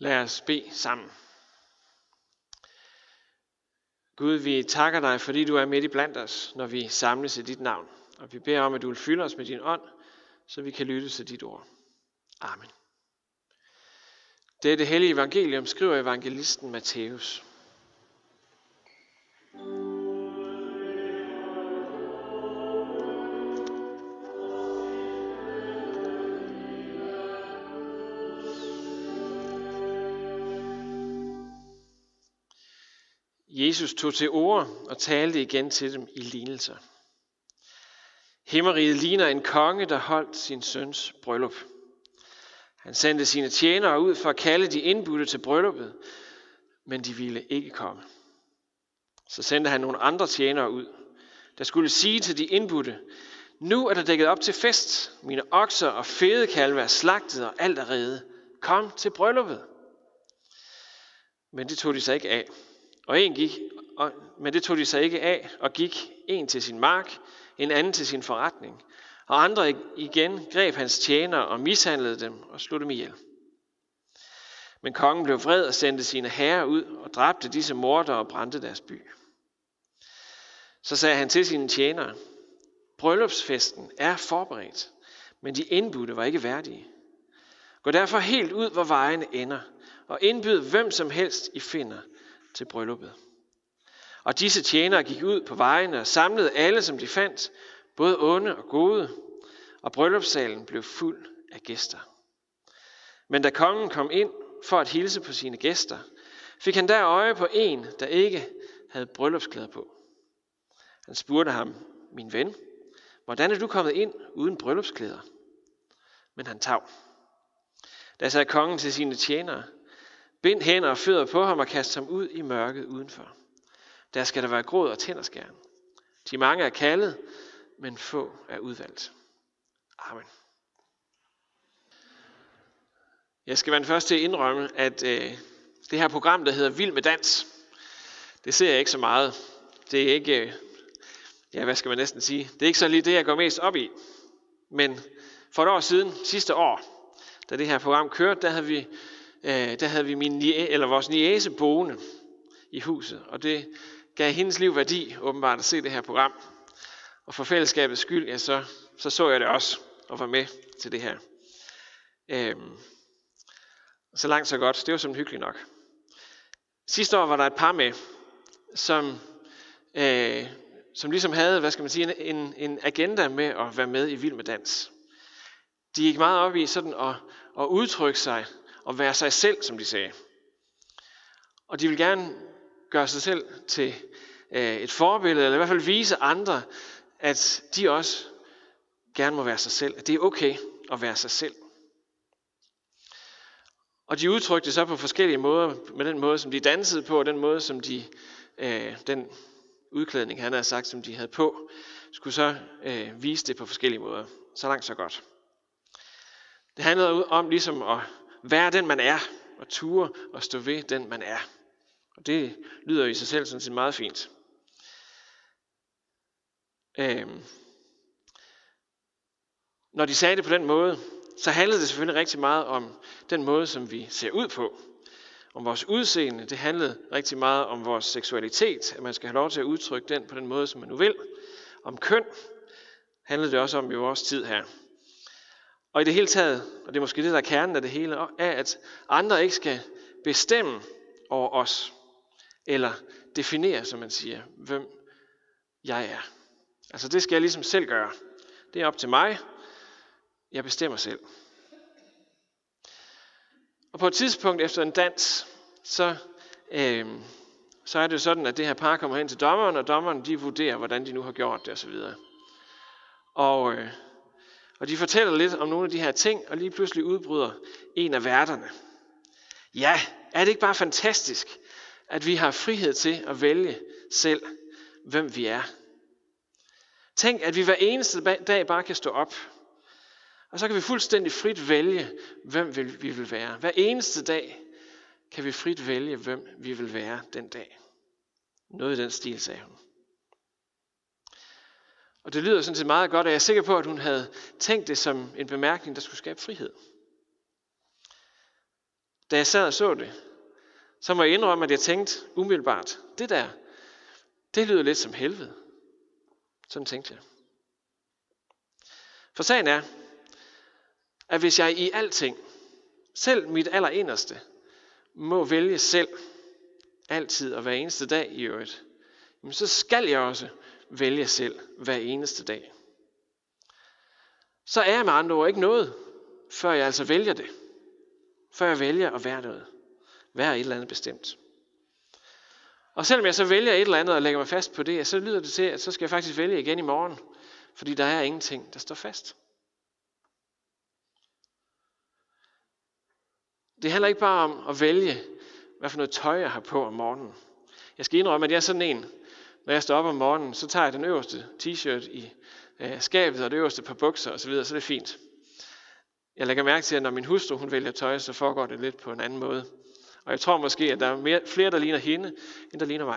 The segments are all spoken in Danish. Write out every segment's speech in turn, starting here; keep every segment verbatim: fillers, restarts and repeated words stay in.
Lad os bede sammen. Gud, vi takker dig, fordi du er midt i blandt os, når vi samles i dit navn. Og vi beder om, at du vil fylde os med din ånd, så vi kan lytte til dit ord. Amen. Det er det hellige evangelium, skriver evangelisten Matthæus. Jesus tog til orde og talte igen til dem i lignelser. Himmeriget ligner en konge, der holdt sin søns bryllup. Han sendte sine tjenere ud for at kalde de indbudte til brylluppet, men de ville ikke komme. Så sendte han nogle andre tjenere ud, der skulle sige til de indbudte: nu er der dækket op til fest. Mine okser og fedekalve er slagtet, og alt er rede. Kom til brylluppet. Men det tog de sig ikke af. Og en gik, og, men det tog de sig ikke af, og gik en til sin mark, en anden til sin forretning. Og andre igen greb hans tjenere og mishandlede dem og slog dem ihjel. Men kongen blev vred og sendte sine herrer ud og dræbte disse mordere og brændte deres by. Så sagde han til sine tjenere: bryllupsfesten er forberedt, men de indbudte var ikke værdige. Gå derfor helt ud, hvor vejene ender, og indbyd hvem som helst I finder til brylluppet. Og disse tjenere gik ud på vejene og samlede alle, som de fandt, både onde og gode, og bryllupssalen blev fuld af gæster. Men da kongen kom ind for at hilse på sine gæster, fik han der øje på en, der ikke havde bryllupsklæder på. Han spurgte ham: min ven, hvordan er du kommet ind uden bryllupsklæder? Men han tav. Da sagde kongen til sine tjenere: bind hænder og fødder på ham og kast ham ud i mørket udenfor. Der skal der være gråd og tænderskæren. De mange er kaldet, men få er udvalgt. Amen. Jeg skal være den første til at indrømme, at øh, det her program, der hedder Vild med Dans, det ser jeg ikke så meget. Det er ikke, øh, ja, hvad skal man næsten sige, det er ikke så lige det, jeg går mest op i. Men for et år siden, sidste år, da det her program kørte, der havde vi Øh, der havde vi min nie, eller vores niece boende i huset, og det gav hendes liv værdi, åbenbart, at se det her program. Og for fællesskabets skyld, ja, så, så så jeg det også, og var med til det her. Øhm, så langt så godt, det var sådan hyggeligt nok. Sidste år var der et par med, som, øh, som ligesom havde, hvad skal man sige, en, en agenda med at være med i Vild med Dans. De gik meget op i sådan at, at udtrykke sig, og være sig selv, som de sagde. Og de vil gerne gøre sig selv til øh, et forbillede, eller i hvert fald vise andre, at de også gerne må være sig selv. At det er okay at være sig selv. Og de udtrykte så på forskellige måder, med den måde, som de dansede på, og den måde, som de, øh, den udklædning, han havde sagt, som de havde på, skulle så øh, vise det på forskellige måder. Så langt, så godt. Det handlede om ligesom at være den, man er, og ture og stå ved den, man er. Og det lyder i sig selv sådan set meget fint. Øhm. Når de sagde det på den måde, så handlede det selvfølgelig rigtig meget om den måde, som vi ser ud på. Om vores udseende. Det handlede rigtig meget om vores seksualitet, at man skal have lov til at udtrykke den på den måde, som man nu vil. Om køn handlede det også om i vores tid her. Og i det hele taget, og det er måske det, der er kernen af det hele, er, at andre ikke skal bestemme over os, eller definere, som man siger, hvem jeg er. Altså det skal jeg ligesom selv gøre. Det er op til mig. Jeg bestemmer selv. Og på et tidspunkt efter en dans, så, øh, så er det jo sådan, at det her par kommer hen til dommeren, og dommeren de vurderer, hvordan de nu har gjort det osv. Og... Øh, Og de fortæller lidt om nogle af de her ting, og lige pludselig udbryder en af værterne: ja, er det ikke bare fantastisk, at vi har frihed til at vælge selv, hvem vi er? Tænk, at vi hver eneste dag bare kan stå op, og så kan vi fuldstændig frit vælge, hvem vi vil være. Hver eneste dag kan vi frit vælge, hvem vi vil være den dag. Noget i den stil, sagde hun. Og det lyder sådan set meget godt, og jeg er sikker på, at hun havde tænkt det som en bemærkning, der skulle skabe frihed. Da jeg sad og så det, så må jeg indrømme, at jeg tænkte umiddelbart, det der, det lyder lidt som helvede. Sådan tænkte jeg. For sagen er, at hvis jeg i alting, selv mit allerinderste, må vælge selv, altid og hver eneste dag i øvrigt, jamen så skal jeg også vælge selv hver eneste dag. Så er jeg med andre ord ikke noget, før jeg altså vælger det. Før jeg vælger at være noget. Være et eller andet bestemt. Og selvom jeg så vælger et eller andet og lægger mig fast på det, så lyder det til, at så skal jeg faktisk vælge igen i morgen. Fordi der er ingenting, der står fast. Det handler ikke bare om at vælge, hvad for noget tøj jeg har på om morgenen. Jeg skal indrømme, at jeg er sådan en, når jeg står op om morgenen, så tager jeg den øverste t-shirt i øh, skabet og det øverste par bukser osv., så, så det er fint. Jeg lægger mærke til, at når min hustru hun vælger tøj, så foregår det lidt på en anden måde. Og jeg tror måske, at der er mere, flere, der ligner hende, end der ligner mig.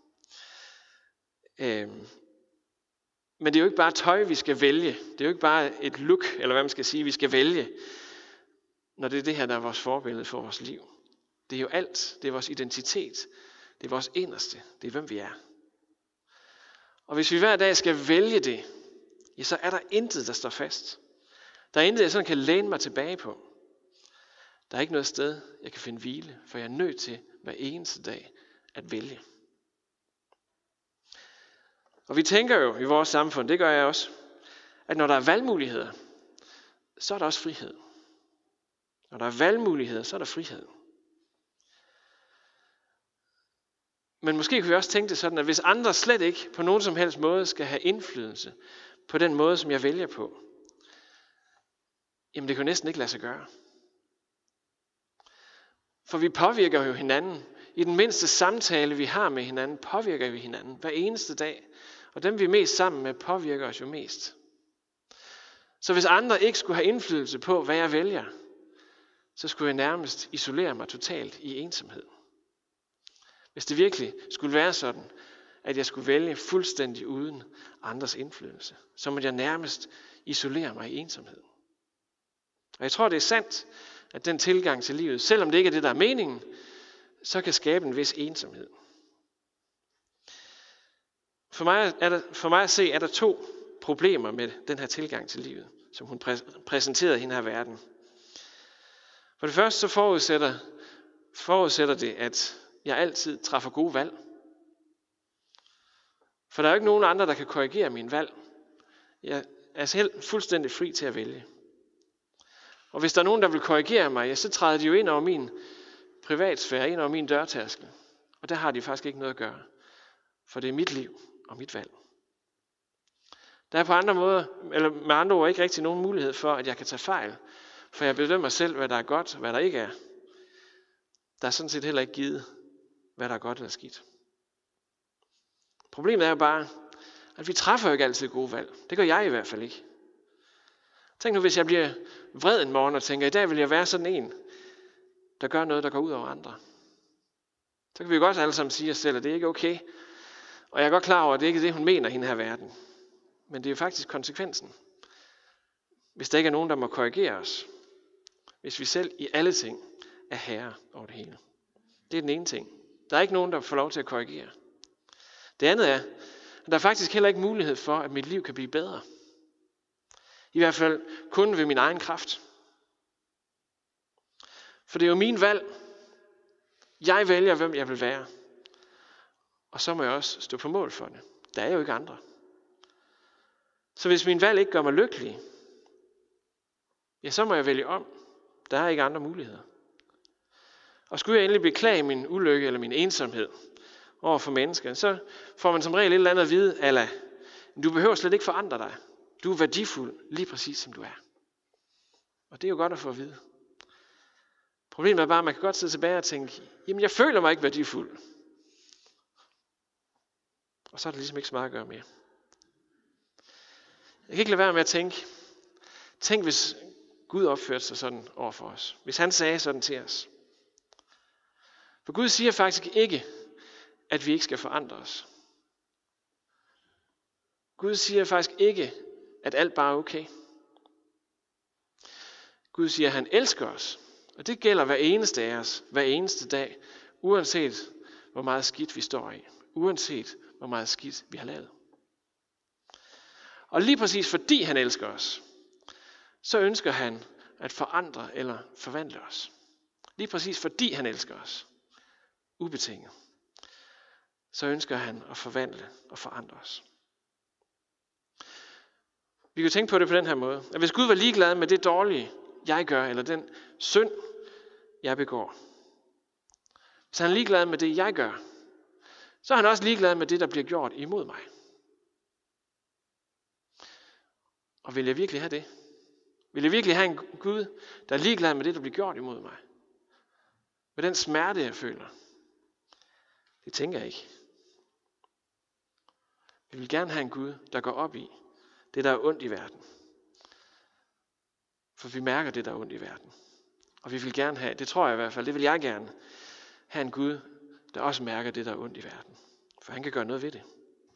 Øhm. Men det er jo ikke bare tøj, vi skal vælge. Det er jo ikke bare et look, eller hvad man skal sige, vi skal vælge. Når det er det her, der er vores forbillede for vores liv. Det er jo alt. Det er vores identitet. Det er vores inderste. Det er hvem vi er. Og hvis vi hver dag skal vælge det, ja, så er der intet, der står fast. Der er intet, jeg sådan kan læne mig tilbage på. Der er ikke noget sted, jeg kan finde hvile, for jeg er nødt til hver eneste dag at vælge. Og vi tænker jo i vores samfund, det gør jeg også, at når der er valgmuligheder, så er der også frihed. Når der er valgmuligheder, så er der frihed. Men måske kunne vi også tænke det sådan, at hvis andre slet ikke på nogen som helst måde skal have indflydelse på den måde, som jeg vælger på, jamen det kan jo næsten ikke lade sig gøre. For vi påvirker jo hinanden. I den mindste samtale, vi har med hinanden, påvirker vi hinanden hver eneste dag. Og dem vi er mest sammen med, påvirker os jo mest. Så hvis andre ikke skulle have indflydelse på, hvad jeg vælger, så skulle jeg nærmest isolere mig totalt i ensomhed. Hvis det virkelig skulle være sådan, at jeg skulle vælge fuldstændig uden andres indflydelse, så måtte jeg nærmest isolere mig i ensomhed. Og jeg tror, det er sandt, at den tilgang til livet, selvom det ikke er det, der er meningen, så kan skabe en vis ensomhed. For mig, er der, for mig at se, er der to problemer med den her tilgang til livet, som hun præ- præsenterede i den her verden. For det første så forudsætter, forudsætter det, at jeg altid træffer gode valg. For der er jo ikke nogen andre, der kan korrigere mine valg. Jeg er selv fuldstændig fri til at vælge. Og hvis der er nogen, der vil korrigere mig, ja, så træder de jo ind over min privatsfære, ind over min dørtærskel. Og der har de faktisk ikke noget at gøre. For det er mit liv og mit valg. Der er på andre måder, eller med andre ord ikke rigtig nogen mulighed for, at jeg kan tage fejl. For jeg bedømmer selv, hvad der er godt og hvad der ikke er. Der er sådan set heller ikke givet, hvad der er godt eller skidt. Problemet er jo bare, at vi træffer jo ikke altid gode valg. Det gør jeg i hvert fald ikke. Tænk nu, hvis jeg bliver vred en morgen og tænker, i dag vil jeg være sådan en, der gør noget, der går ud over andre. Så kan vi jo godt alle sammen sige os selv, at det er ikke okay. Og jeg er godt klar over, at det ikke er det, hun mener i den her verden. Men det er jo faktisk konsekvensen. Hvis der ikke er nogen, der må korrigere os. Hvis vi selv i alle ting er herre over det hele. Det er den ene ting. Der er ikke nogen, der får lov til at korrigere. Det andet er, at der er faktisk heller ikke mulighed for, at mit liv kan blive bedre. I hvert fald kun ved min egen kraft. For det er jo min valg. Jeg vælger, hvem jeg vil være. Og så må jeg også stå på mål for det. Der er jo ikke andre. Så hvis min valg ikke gør mig lykkelig, ja, så må jeg vælge om. Der er ikke andre muligheder. Og skulle jeg endelig beklage min ulykke eller min ensomhed over for mennesker, så får man som regel et eller andet at vide, ala, du behøver slet ikke forandre dig. Du er værdifuld lige præcis som du er. Og det er jo godt at få at vide. Problemet er bare, at man kan godt sidde tilbage og tænke, jamen jeg føler mig ikke værdifuld. Og så er der ligesom ikke så meget at gøre mere. Jeg kan ikke lade være med at tænke, tænk hvis Gud opførte sig sådan over for os. Hvis han sagde sådan til os. For Gud siger faktisk ikke, at vi ikke skal forandre os. Gud siger faktisk ikke, at alt bare er okay. Gud siger, at han elsker os, Og det gælder hver eneste af os, hver eneste dag, uanset hvor meget skidt vi står i, uanset hvor meget skidt vi har lavet. Og lige præcis fordi han elsker os, så ønsker han at forandre eller forvandle os. Lige præcis fordi han elsker os, ubetinget, så ønsker han at forvandle og forandre os. Vi kan tænke på det på den her måde, at hvis Gud var ligeglad med det dårlige, jeg gør, eller den synd, jeg begår, hvis han er ligeglad med det, jeg gør, så er han også ligeglad med det, der bliver gjort imod mig. Og vil jeg virkelig have det? Vil jeg virkelig have en Gud, der er ligeglad med det, der bliver gjort imod mig? Med den smerte, jeg føler? Det tænker jeg ikke. Vi vil gerne have en Gud, der går op i det, der er ondt i verden. For vi mærker det, der er ondt i verden. Og vi vil gerne have, det tror jeg i hvert fald, det vil jeg gerne, have en Gud, der også mærker det, der er ondt i verden. For han kan gøre noget ved det.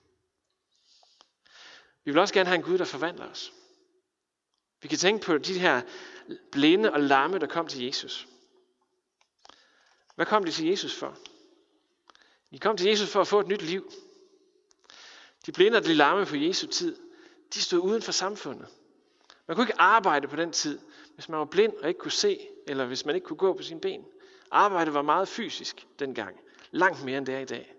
Vi vil også gerne have en Gud, der forvandler os. Vi kan tænke på de her blinde og lamme, der kom til Jesus. Hvad kom de til Jesus for? De kom til Jesus for at få et nyt liv. De blinde og de lamme på Jesu tid, de stod uden for samfundet. Man kunne ikke arbejde på den tid, hvis man var blind og ikke kunne se, eller hvis man ikke kunne gå på sine ben. Arbejdet var meget fysisk dengang, langt mere end det er i dag.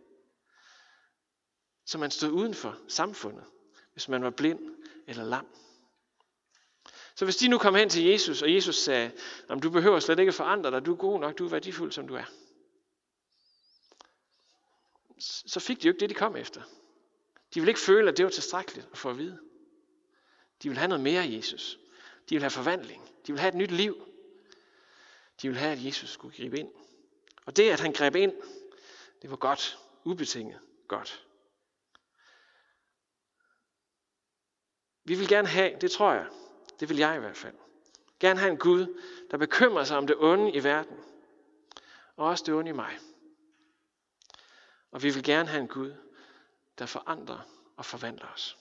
Så man stod uden for samfundet, hvis man var blind eller lam. Så hvis de nu kom hen til Jesus, og Jesus sagde, du behøver slet ikke at forandre dig, du er god nok, du er værdifuld, som du er. Så fik de jo ikke det, de kom efter. De ville ikke føle, at det var tilstrækkeligt at få at vide. De ville have noget mere af Jesus. De ville have forvandling. De ville have et nyt liv. De ville have, at Jesus skulle gribe ind. Og det, at han greb ind, det var godt. Ubetinget godt. Vi vil gerne have, det tror jeg, det vil jeg i hvert fald, gerne have en Gud, der bekymrer sig om det onde i verden. Og også det onde i mig. Og vi vil gerne have en Gud, der forandrer og forvandler os.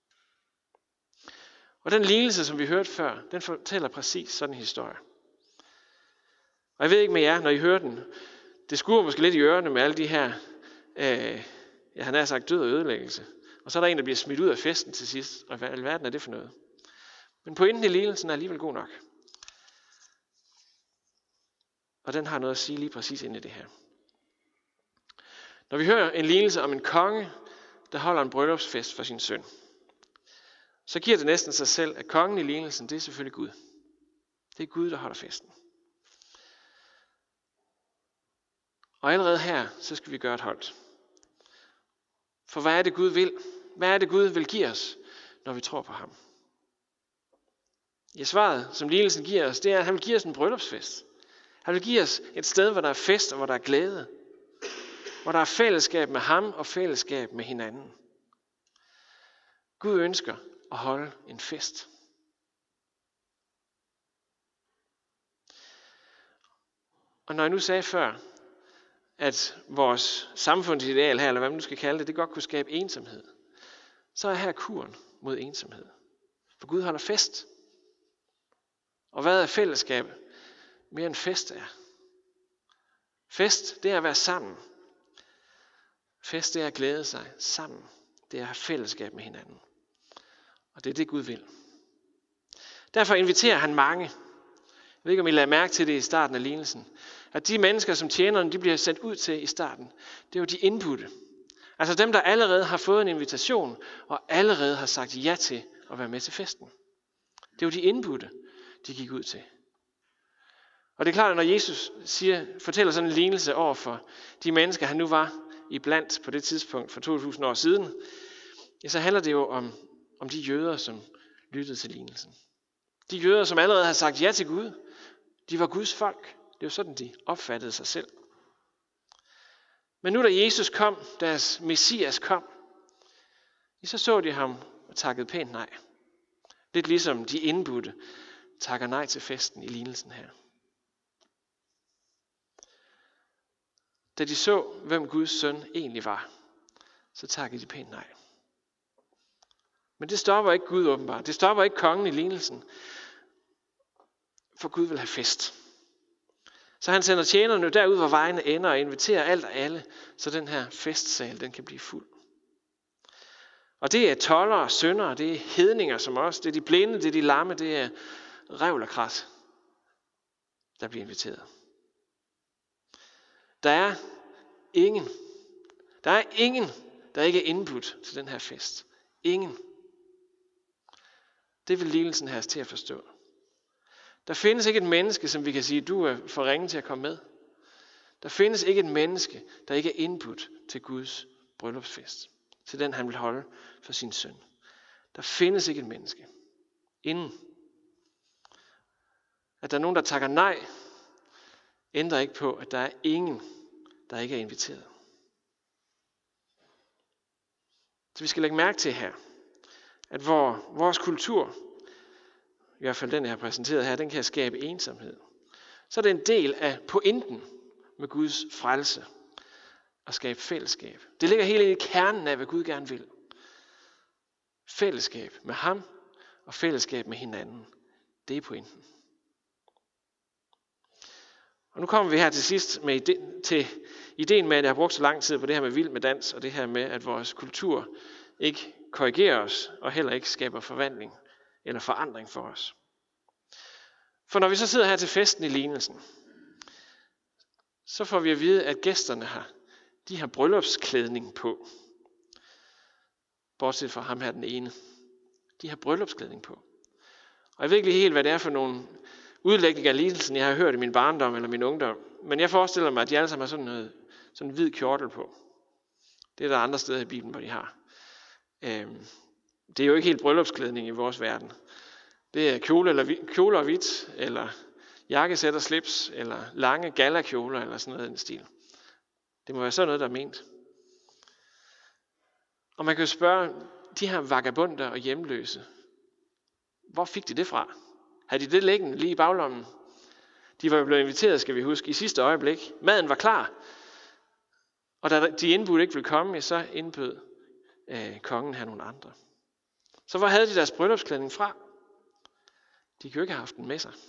Og den lignelse, som vi hørte før, den fortæller præcis sådan en historie. Og jeg ved ikke med jer, når I hører den, det skuer måske lidt i ørerne med alle de her, øh, jeg har nær sagt død og ødelæggelse. Og så er der en, der bliver smidt ud af festen til sidst. Og hvad i alverden er det for noget? Men pointen i lignelsen er alligevel god nok. Og den har noget at sige lige præcis ind i det her. Når vi hører en lignelse om en konge, der holder en bryllupsfest for sin søn, så giver det næsten sig selv, at kongen i lignelsen, det er selvfølgelig Gud. Det er Gud, der holder festen. Og allerede her, så skal vi gøre et holdt. For hvad er det Gud vil? Hvad er det Gud vil give os, når vi tror på ham? Ja, svaret, som lignelsen giver os, det er, at han vil give os en bryllupsfest. Han vil give os et sted, hvor der er fest og hvor der er glæde. Hvor der er fællesskab med ham og fællesskab med hinanden. Gud ønsker at holde en fest. Og når jeg nu sagde før, at vores samfundsideal her, eller hvad man nu skal kalde det, det godt kunne skabe ensomhed, så er her kuren mod ensomhed. For Gud holder fest. Og hvad er fællesskab? Mere end fest er. Fest, det er at være sammen. Fest, det er at glæde sig sammen. Det er at have fællesskab med hinanden. Og det er det, Gud vil. Derfor inviterer han mange. Jeg ved ikke, om I lader mærke til det i starten af lignelsen. At de mennesker, som tjenerne, de bliver sendt ud til i starten, det er jo de indbudte. Altså dem, der allerede har fået en invitation, og allerede har sagt ja til at være med til festen. Det er jo de indbudte, de gik ud til. Og det er klart, at når Jesus siger, fortæller sådan en lignelse over for de mennesker, han nu var iblandt på det tidspunkt for to tusind år siden, ja, så handler det jo om, om de jøder, som lyttede til lignelsen. De jøder, som allerede har sagt ja til Gud, de var Guds folk. Det er jo sådan, de opfattede sig selv. Men nu da Jesus kom, deres Messias kom, så så de ham og takkede pænt nej. Lidt ligesom de indbudte takker nej til festen i lignelsen her. Da de så, hvem Guds søn egentlig var, så takkede de pænt nej. Men det stopper ikke Gud åbenbart. Det stopper ikke kongen i lignelsen. For Gud vil have fest. Så han sender tjenerne derud, hvor vejene ender, og inviterer alt og alle, så den her festsal, den kan blive fuld. Og det er toldere, syndere, det er hedninger som os, det er de blinde, det er de lamme, det er revl og krat, der bliver inviteret. Der er ingen, der er ingen, der ikke er indbudt til den her fest. Ingen. Det vil lignelsen have os til at forstå. Der findes ikke et menneske, som vi kan sige, du er for ringe til at komme med. Der findes ikke et menneske, der ikke er indbudt til Guds bryllupsfest. Til den, han vil holde for sin søn. Der findes ikke et menneske. Inden. At der er nogen, der takker nej, ændrer ikke på, at der er ingen, der ikke er inviteret. Så vi skal lægge mærke til her, at hvor vores kultur, i hvert fald den, jeg har præsenteret her, den kan skabe ensomhed. Så er det en del af pointen med Guds frelse at skabe fællesskab. Det ligger helt i kernen af, hvad Gud gerne vil. Fællesskab med ham og fællesskab med hinanden. Det er pointen. Og nu kommer vi her til sidst med ide- til ideen med, at jeg har brugt så lang tid på det her med vild med dans, og det her med, at vores kultur ikke korrigerer os, og heller ikke skaber forvandling eller forandring for os. For når vi så sidder her til festen i lignelsen, så får vi at vide, at gæsterne har, de har bryllupsklædning på. Bortset fra ham her den ene. De har bryllupsklædning på. Og jeg ved ikke helt, hvad det er for nogle udlægninger af lignelsen, jeg har hørt i min barndom eller min ungdom. Men jeg forestiller mig, at de alle sammen har sådan noget sådan en hvid kjortel på. Det er der andre steder i Bibelen, hvor de har. Øhm, det er jo ikke helt bryllupsklædning i vores verden. Det er kjole, eller, kjole og hvidt, eller jakkesæt og slips, eller lange galakjoler, eller sådan noget i den stil. Det må være sådan noget, der er ment. Og man kan jo spørge, de her vagabunder og hjemløse, hvor fik de det fra? Havde de det liggende lige i baglommen? De var jo blevet inviteret, skal vi huske, i sidste øjeblik. Maden var klar. Og da de indbudte ikke ville komme, så indbød øh, kongen her nogle andre. Så hvor havde de deres bryllupsklædning fra? De kunne jo ikke have haft den med sig.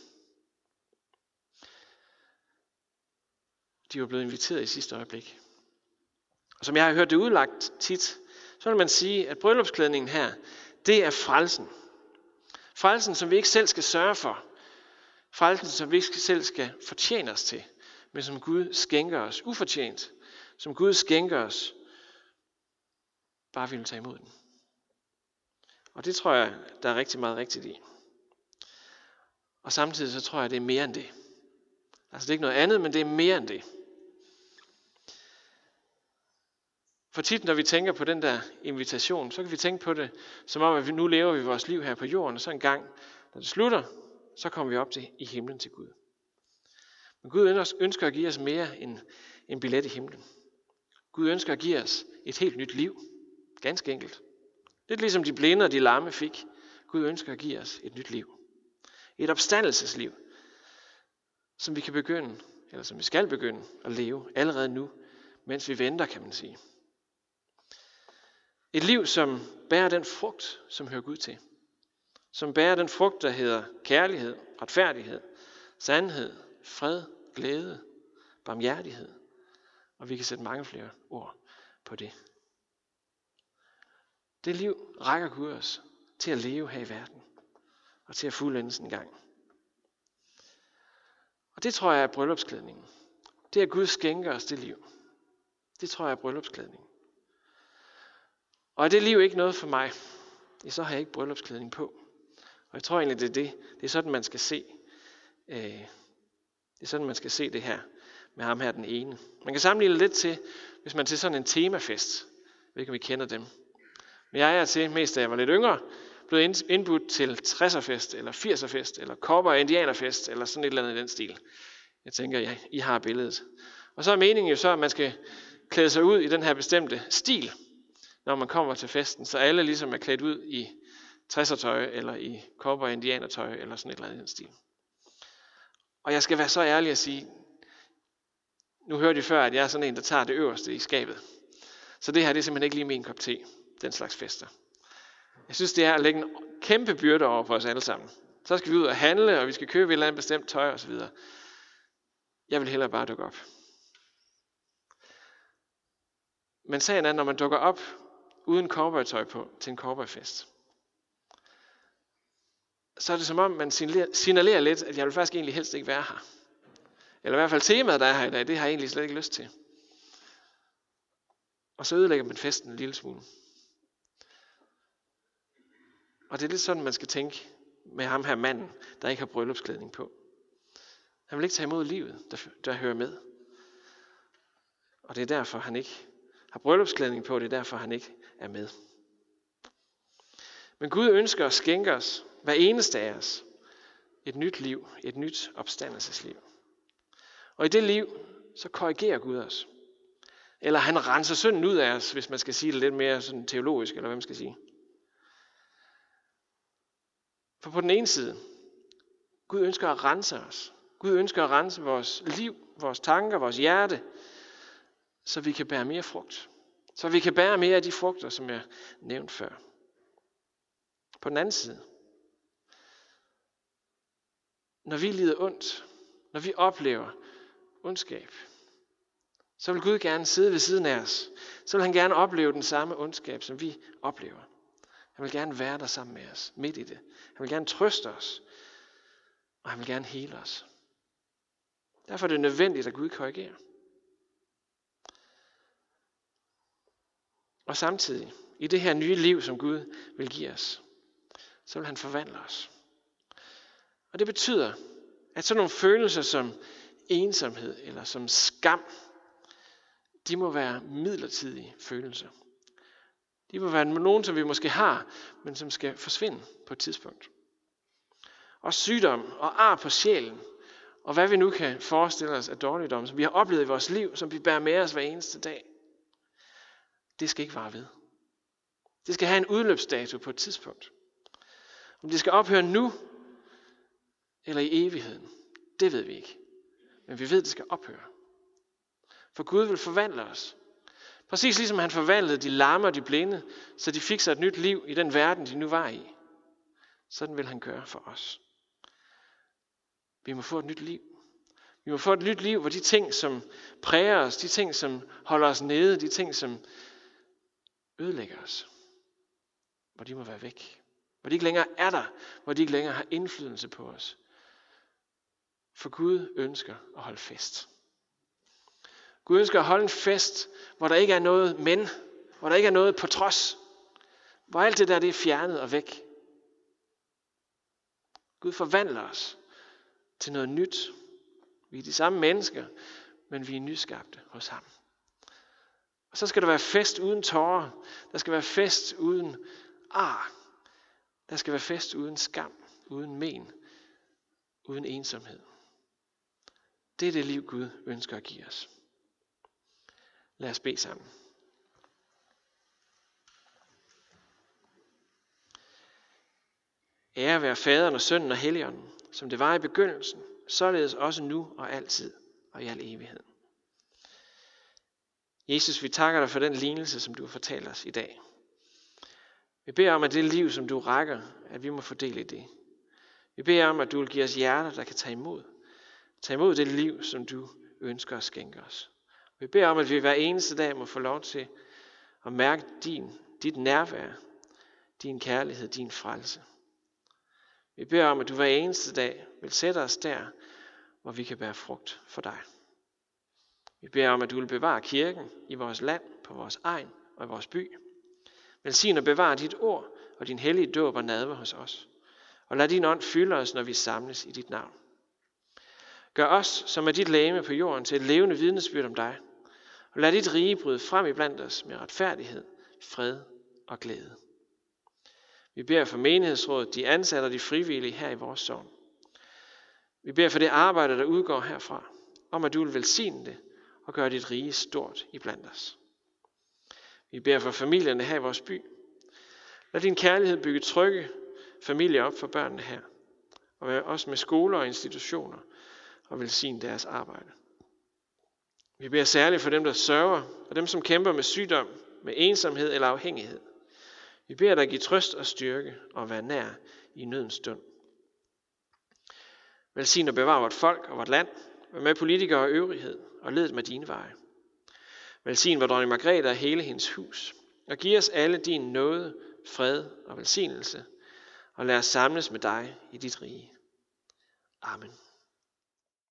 De var blevet inviteret i sidste øjeblik. Og som jeg har hørt det udlagt tit, så vil man sige, at bryllupsklædningen her, det er frelsen. Frelsen, som vi ikke selv skal sørge for. Frelsen, som vi ikke selv skal fortjene os til. Men som Gud skænker os ufortjent. Som Gud skænker os, bare vi vil tage imod den. Og det tror jeg, der er rigtig meget rigtigt i. Og samtidig så tror jeg, det er mere end det. Altså det er ikke noget andet, men det er mere end det. For tit, når vi tænker på den der invitation, så kan vi tænke på det, som om, at vi nu lever vi vores liv her på jorden, og så en gang, når det slutter, så kommer vi op til i himlen til Gud. Men Gud ønsker at give os mere end en billet i himlen. Gud ønsker at give os et helt nyt liv. Ganske enkelt. Lidt ligesom de blinde og de lamme fik. Gud ønsker at give os et nyt liv. Et opstandelsesliv, som vi kan begynde, eller som vi skal begynde at leve allerede nu, mens vi venter, kan man sige. Et liv, som bærer den frugt, som hører Gud til. Som bærer den frugt, der hedder kærlighed, retfærdighed, sandhed, fred, glæde, barmhjertighed. Og vi kan sætte mange flere ord på det. Det liv rækker Gud os til at leve her i verden. Og til at fuldendes en gang. Og det tror jeg er bryllupsklædningen. Det er, at Gud skænker os det liv. Det tror jeg er bryllupsklædningen. Og er det liv ikke noget for mig, så har jeg ikke bryllupsklædning på. Og jeg tror egentlig, det er det. Det er sådan, man skal se. Øh, det er sådan, man skal se det her med ham her den ene. Man kan sammenligne lidt til, hvis man til sådan en temafest. Jeg ved ikke, om I kender dem. Men jeg er til, mest da jeg var lidt yngre, blevet indbudt til tresserfest, eller firserfest, eller cowboy- og indianerfest, eller sådan et eller andet i den stil. Jeg tænker, ja, I har billedet. Og så er meningen jo så, at man skal klæde sig ud i den her bestemte stil, når man kommer til festen, så alle ligesom er klædt ud i tressertøj, eller i cowboy- og indianertøj, eller sådan et eller andet i den stil. Og jeg skal være så ærlig at sige, nu hørte I før, at jeg er sådan en, der tager det øverste i skabet. Så det her, det er simpelthen ikke lige min kop te, den slags fester. Jeg synes, det er at lægge en kæmpe byrde over på os alle sammen. Så skal vi ud og handle, og vi skal købe et eller andet bestemt tøj osv. Jeg vil hellere bare dukke op. Men sagen er, når man dukker op uden cowboytøj på til en cowboyfest, så er det som om, man signalerer lidt, at jeg vil faktisk egentlig helst ikke være her. Eller i hvert fald temaet, der er her i dag, det har jeg egentlig slet ikke lyst til. Og så ødelægger man festen en lille smule. Og det er lidt sådan, man skal tænke med ham her manden, der ikke har bryllupsklædning på. Han vil ikke tage imod livet, der, der hører med. Og det er derfor, han ikke har bryllupsklædning på, det er derfor, han ikke er med. Men Gud ønsker at skænke os, hver eneste af os, et nyt liv, et nyt opstandelsesliv. Og i det liv, så korrigerer Gud os. Eller han renser synden ud af os, hvis man skal sige det lidt mere sådan teologisk, eller hvad man skal sige. For på den ene side, Gud ønsker at rense os. Gud ønsker at rense vores liv, vores tanker, vores hjerte, så vi kan bære mere frugt. Så vi kan bære mere af de frugter, som jeg nævnte før. På den anden side, når vi lider ondt, når vi oplever ondskab, så vil Gud gerne sidde ved siden af os. Så vil han gerne opleve den samme ondskab, som vi oplever. Han vil gerne være der sammen med os, midt i det. Han vil gerne trøste os, og han vil gerne hele os. Derfor er det nødvendigt, at Gud korrigerer. Og samtidig, i det her nye liv, som Gud vil give os, så vil han forvandle os. Og det betyder, at sådan nogle følelser som ensomhed eller som skam, de må være midlertidige følelser. De må være nogen, som vi måske har, men som skal forsvinde på et tidspunkt. Og sygdom og ar på sjælen, og hvad vi nu kan forestille os af dårligdom, som vi har oplevet i vores liv, som vi bærer med os hver eneste dag, det skal ikke vare ved. Det skal have en udløbsdato på et tidspunkt. Om det skal ophøre nu, eller i evigheden, det ved vi ikke. Men vi ved, at det skal ophøre. For Gud vil forvandle os. Præcis ligesom han forvandlede de lamme og de blinde, så de fik sig et nyt liv i den verden, de nu var i. Sådan vil han gøre for os. Vi må få et nyt liv. Vi må få et nyt liv, hvor de ting, som præger os, de ting, som holder os nede, de ting, som ødelægger os, hvor de må være væk. Hvor de ikke længere er der, hvor de ikke længere har indflydelse på os. For Gud ønsker at holde fest. Gud ønsker at holde en fest, hvor der ikke er noget men, hvor der ikke er noget på trods. Hvor alt det der, det er fjernet og væk. Gud forvandler os til noget nyt. Vi er de samme mennesker, men vi er nyskabte hos ham. Og så skal der være fest uden tårer. Der skal være fest uden ar. Der skal være fest uden skam, uden men, uden ensomhed. Det er det liv, Gud ønsker at give os. Lad os bede sammen. Ære være Faderen og Sønnen og Helligånden, som det var i begyndelsen, således også nu og altid og i al evighed. Jesus, vi takker dig for den lignelse, som du har fortalt os i dag. Vi beder om, at det liv, som du rækker, at vi må få del i det. Vi beder om, at du vil give os hjerter, der kan tage imod. Tag imod det liv, som du ønsker at skænke os. Vi beder om, at vi hver eneste dag må få lov til at mærke din, dit nærvær, din kærlighed, din frelse. Vi beder om, at du hver eneste dag vil sætte os der, hvor vi kan bære frugt for dig. Vi beder om, at du vil bevare kirken i vores land, på vores egen og i vores by. Velsign og bevare dit ord og din hellige dåb og nadver hos os. Og lad din ånd fylde os, når vi samles i dit navn. Gør os, som er dit legeme på jorden, til et levende vidnesbyrd om dig. Og lad dit rige bryde frem iblandt os med retfærdighed, fred og glæde. Vi beder for menighedsrådet, de ansatte og de frivillige her i vores sogn. Vi beder for det arbejde, der udgår herfra, om at du vil velsigne det og gøre dit rige stort iblandt os. Vi beder for familierne her i vores by. Lad din kærlighed bygge trygge familier op for børnene her, og også med skoler og institutioner, og velsigne deres arbejde. Vi beder særligt for dem, der sørger, og dem, som kæmper med sygdom, med ensomhed eller afhængighed. Vi beder dig give trøst og styrke og være nær i nødens stund. Velsign og bevare vort folk og vort land. Vær med politikere og øvrighed, og led med dine veje. Velsign vor dronning Margrethe og hele hendes hus, og giv os alle din nåde, fred og velsignelse, og lad os samles med dig i dit rige. Amen.